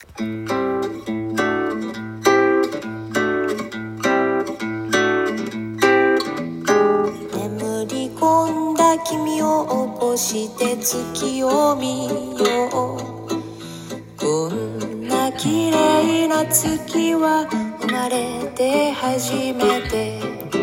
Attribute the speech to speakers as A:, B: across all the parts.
A: 眠り込んだ君を起こして月を見よう。こんな綺麗な月は生まれて初めて。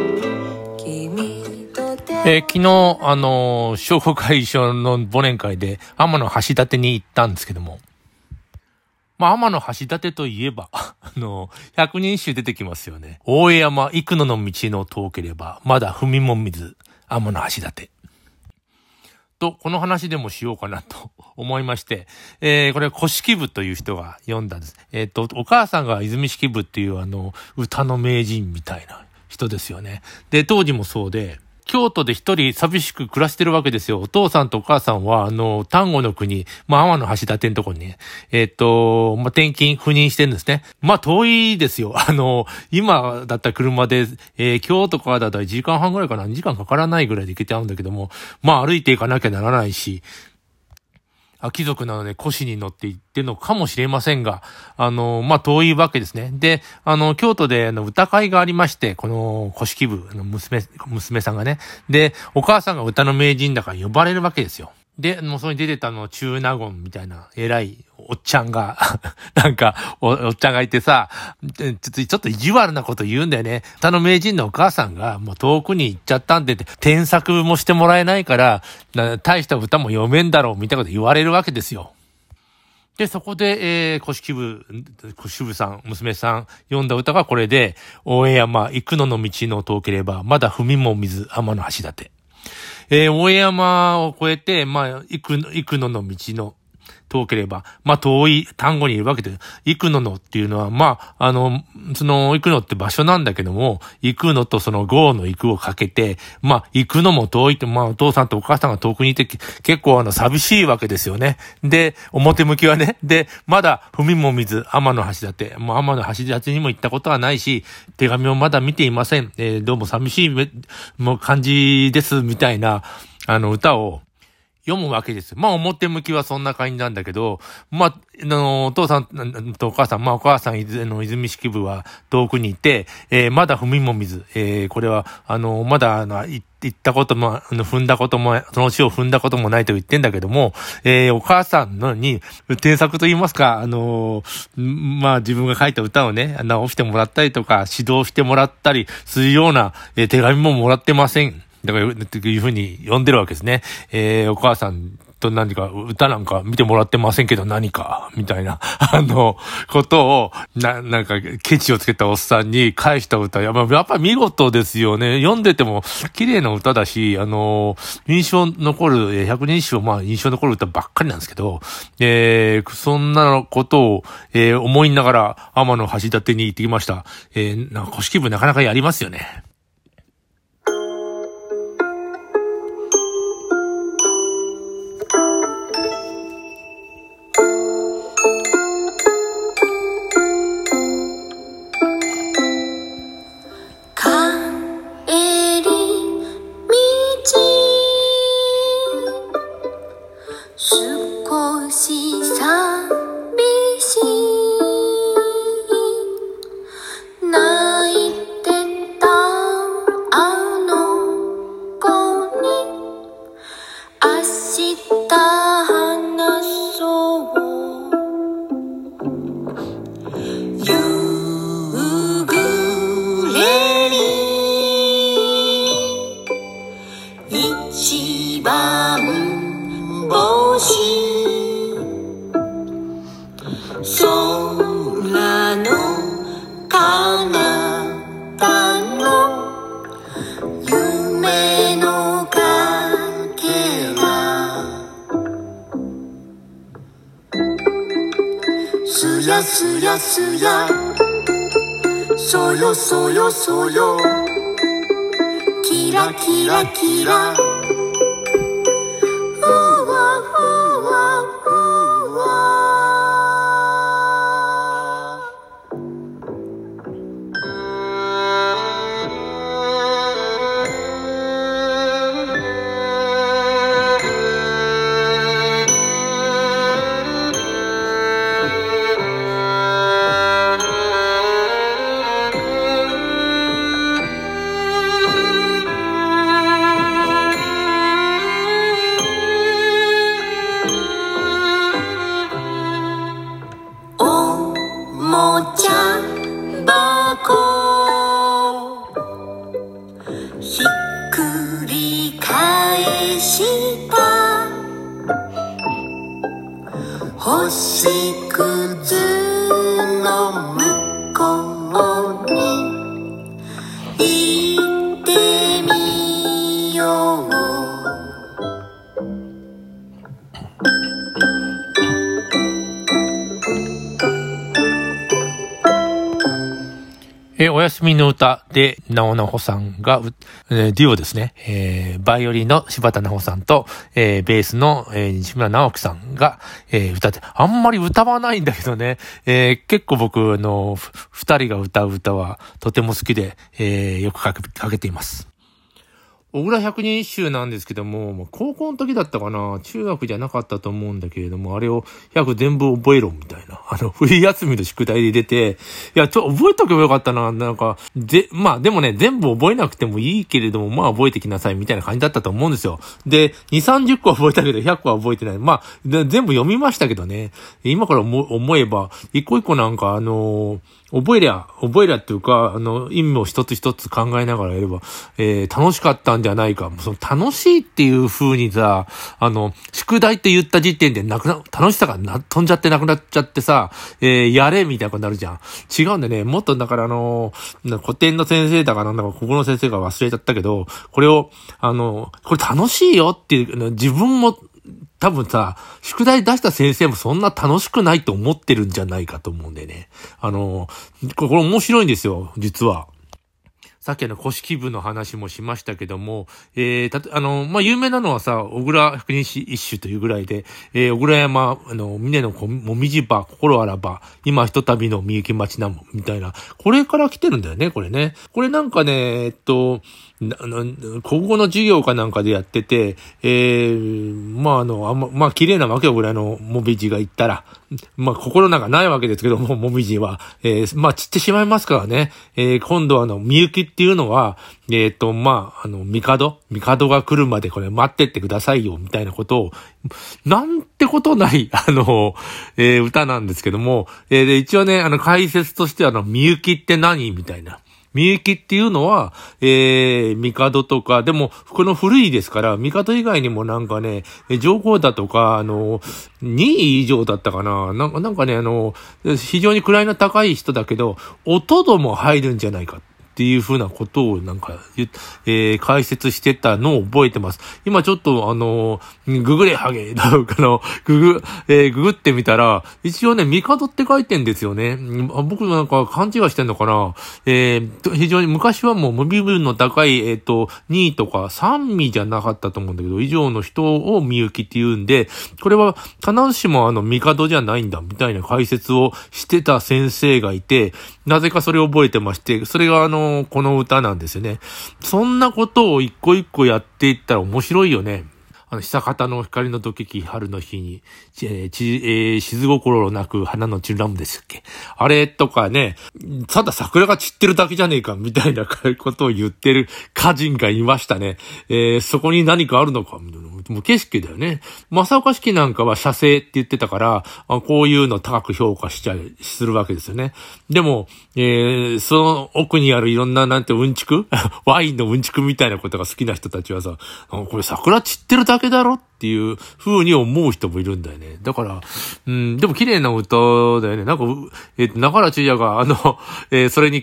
A: 君と
B: 昨日商工会議所の忘年会で天橋立に行ったんですけども、天橋立といえば百人一首出てきますよね。大江山幾野の道の遠ければまだ踏みもみず天橋立と、この話でもしようかなと思いまして、これ古式部という人が読んだんです。お母さんが泉式部っていう歌の名人みたいな人ですよね。で、当時もそうで、京都で一人寂しく暮らしてるわけですよ。お父さんとお母さんは、丹後の国、天橋立のとこにね、転勤、赴任してるんですね。遠いですよ。今だったら車で、京都からだったら1時間半ぐらいかな、2時間かからないぐらいで行けちゃうんだけども、歩いて行かなきゃならないし、貴族なので腰に乗って行ってるのかもしれませんが、遠いわけですね。で、京都で歌会がありまして、この古式部の娘さんがね。で、お母さんが歌の名人だから呼ばれるわけですよ。で、それに出てた中納言みたいな偉いおっちゃんが、おっちゃんがいてさ、ちょっと意地悪なこと言うんだよね。歌の名人のお母さんがもう遠くに行っちゃったんで、添削もしてもらえないから、大した歌も読めんだろうみたいなこと言われるわけですよ。で、そこで、古式部さん、娘さん、読んだ歌がこれで、大江山、幾野の道の遠ければ、まだ踏みもみず天橋立。大江山を越えて、幾野の道の遠ければ、遠い丹後にいるわけで、幾野のっていうのは、その幾野って場所なんだけども、幾野とその郷の幾をかけて、幾野も遠いって、お父さんとお母さんが遠くにいて、結構寂しいわけですよね。で、表向きはね。で、まだ踏みもみず天橋立。天橋立にも行ったことはないし、手紙もまだ見ていません。どうも寂しい感じです、みたいな、歌を、読むわけです。表向きはそんな感じなんだけど、お父さんとお母さん、お母さん、泉式部は遠くにいて、まだ踏みもみず、これは、まだ、行ったことも、踏んだことも、その地を踏んだこともないと言ってんだけども、お母さんに、添削と言いますか、自分が書いた歌をね、直してもらったりとか、指導してもらったりするような、手紙ももらってません。だから、っていうふうに読んでるわけですね。お母さんと何か歌なんか見てもらってませんけど何か、みたいな、ことを、ケチをつけたおっさんに返した歌。やっぱ見事ですよね。読んでても綺麗な歌だし、印象残る、百人一首は印象残る歌ばっかりなんですけど、そんなことを、思いながら天橋立に行ってきました。古式部なかなかやりますよね。
A: すやすやそよそよそよキラキラキラふわふわふわもちゃ箱ひっくり返した星屑の向こうに行ってみよう
B: おやすみの歌で、なおなほさんが、デュオですね。バイオリンの柴田なほさんと、ベースの、西村直樹さんが、歌って、あんまり歌わないんだけどね、結構僕、二人が歌う歌はとても好きで、よくかけています。小倉百人一首なんですけども、高校の時だったかな、中学じゃなかったと思うんだけれども、あれを100全部覚えろみたいな、冬休みの宿題で出て、いや、覚えとけばよかったな、まあでもね、全部覚えなくてもいいけれども、まあ覚えてきなさいみたいな感じだったと思うんですよ。で、2、30個は覚えたけど、100個は覚えてない。まあ、全部読みましたけどね、今から思えば、一個一個なんか覚えりゃっていうか、意味を一つ一つ考えながらやれば、楽しかったんじゃないか。その楽しいっていう風にさ、宿題って言った時点で楽しさが飛んじゃってなくなっちゃってさ、やれみたいなことになるじゃん。違うんでね、もっとだから古典の先生だかなんだか国語の先生が忘れちゃったけど、これを、これ楽しいよっていう、自分も、多分さ、宿題出した先生もそんな楽しくないと思ってるんじゃないかと思うんでね。これ面白いんですよ、実は。さっき古式部の話もしましたけども、まあ、有名なのはさ、小倉百人一首というぐらいで、小倉山、峰のもみじば、心あらば、今ひとたびのみゆき町なも、みたいな。これから来てるんだよね、これね。これなんかね、国語の授業かなんかでやってて、まあ、綺麗なわけよぐらいのもみじが言ったら、まあ、心なんかないわけですけども、もみじは。まあ、散ってしまいますからね。今度はみゆきっていうのは、まあ、帝が来るまでこれ待ってってくださいよ、みたいなことを、なんてことない、歌なんですけども、で、一応ね、解説としては、みゆきって何みたいな。みゆきっていうのは、帝とか、でも、この古いですから、帝以外にもなんかね、上皇だとか、2位以上だったかな。なんかね、非常に位の高い人だけど、おとども入るんじゃないか。っていうふうなことをなんか、解説してたのを覚えてます。今ちょっとググれハゲ、ググってみたら、一応ね、帝って書いてんですよね。僕なんか勘違いしてんのかな。非常に昔はもう身分の高い、2位とか3位じゃなかったと思うんだけど、以上の人をみゆきって言うんで、これは必ずしも帝じゃないんだ、みたいな解説をしてた先生がいて、なぜかそれを覚えてまして、それがこの歌なんですよね。そんなことを一個一個やっていったら面白いよね。久方の光のどけき春の日に、静心なく花の散らむですっけ。あれとかね、ただ桜が散ってるだけじゃねえか、みたいなことを言ってる歌人がいましたね。そこに何かあるのか、もう景色だよね。正岡子規なんかは写生って言ってたから、こういうの高く評価するわけですよね。でも、その奥にあるいろんなうんちくワインのうんちくみたいなことが好きな人たちはさ、これ桜散ってるだけだろっていう風に思う人もいるんだよね。だから、でも綺麗な歌だよね。なんか、中原中也がそれに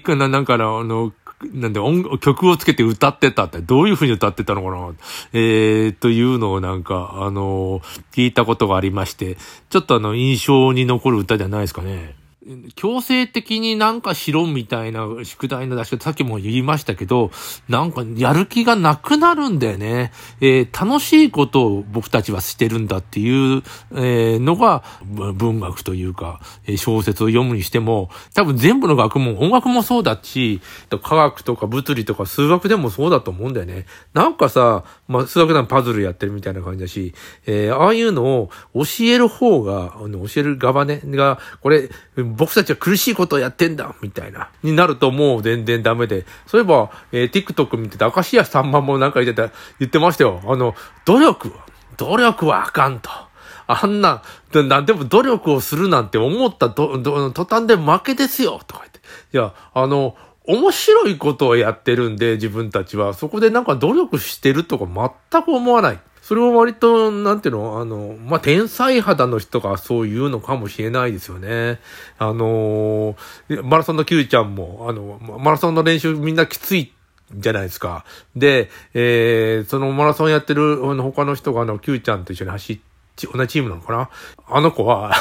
B: 曲をつけて歌ってたって、どういう風に歌ってたのかなというのを聞いたことがありまして、ちょっと印象に残る歌じゃないですかね。強制的になんかしろみたいな宿題の出し方、さっきも言いましたけど、なんかやる気がなくなるんだよね。楽しいことを僕たちはしてるんだっていうのが文学というか、小説を読むにしても、多分全部の学問、音楽もそうだし、科学とか物理とか数学でもそうだと思うんだよね。なんかさ、数学のパズルやってるみたいな感じだし、ああいうのを教える方が、教える側ね、これ、僕たちは苦しいことをやってんだみたいなになるともう全然ダメで、そういえば、TikTok 見てて明石家さんまもなんか言ってましたよ。努力はあかんと。 あんな、なんでも努力をするなんて思った途端で負けですよとか言って。いや、面白いことをやってるんで、自分たちは。そこでなんか努力してるとか全く思わない。それは割と、なんていうの、天才肌の人がそう言うのかもしれないですよね。マラソンの Q ちゃんも、マラソンの練習みんなきついじゃないですか。で、そのマラソンやってる他の人がQ ちゃんと一緒に同じチームなのかな。あの子は、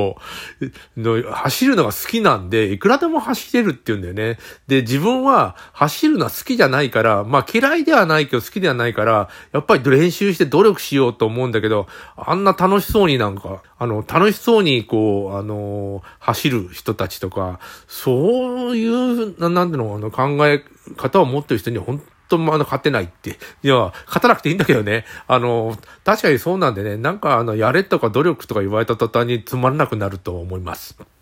B: 走るのが好きなんで、いくらでも走れるって言うんだよね。で、自分は走るのは好きじゃないから、嫌いではないけど好きではないから、やっぱり練習して努力しようと思うんだけど、あんな楽しそうに楽しそうに走る人たちとか、そういう、なんていうの、考え方を持ってる人には本当勝てないって。いや、勝たなくていいんだけどね。確かにそうなんでね、なんかやれとか努力とか言われた途端につまらなくなると思います。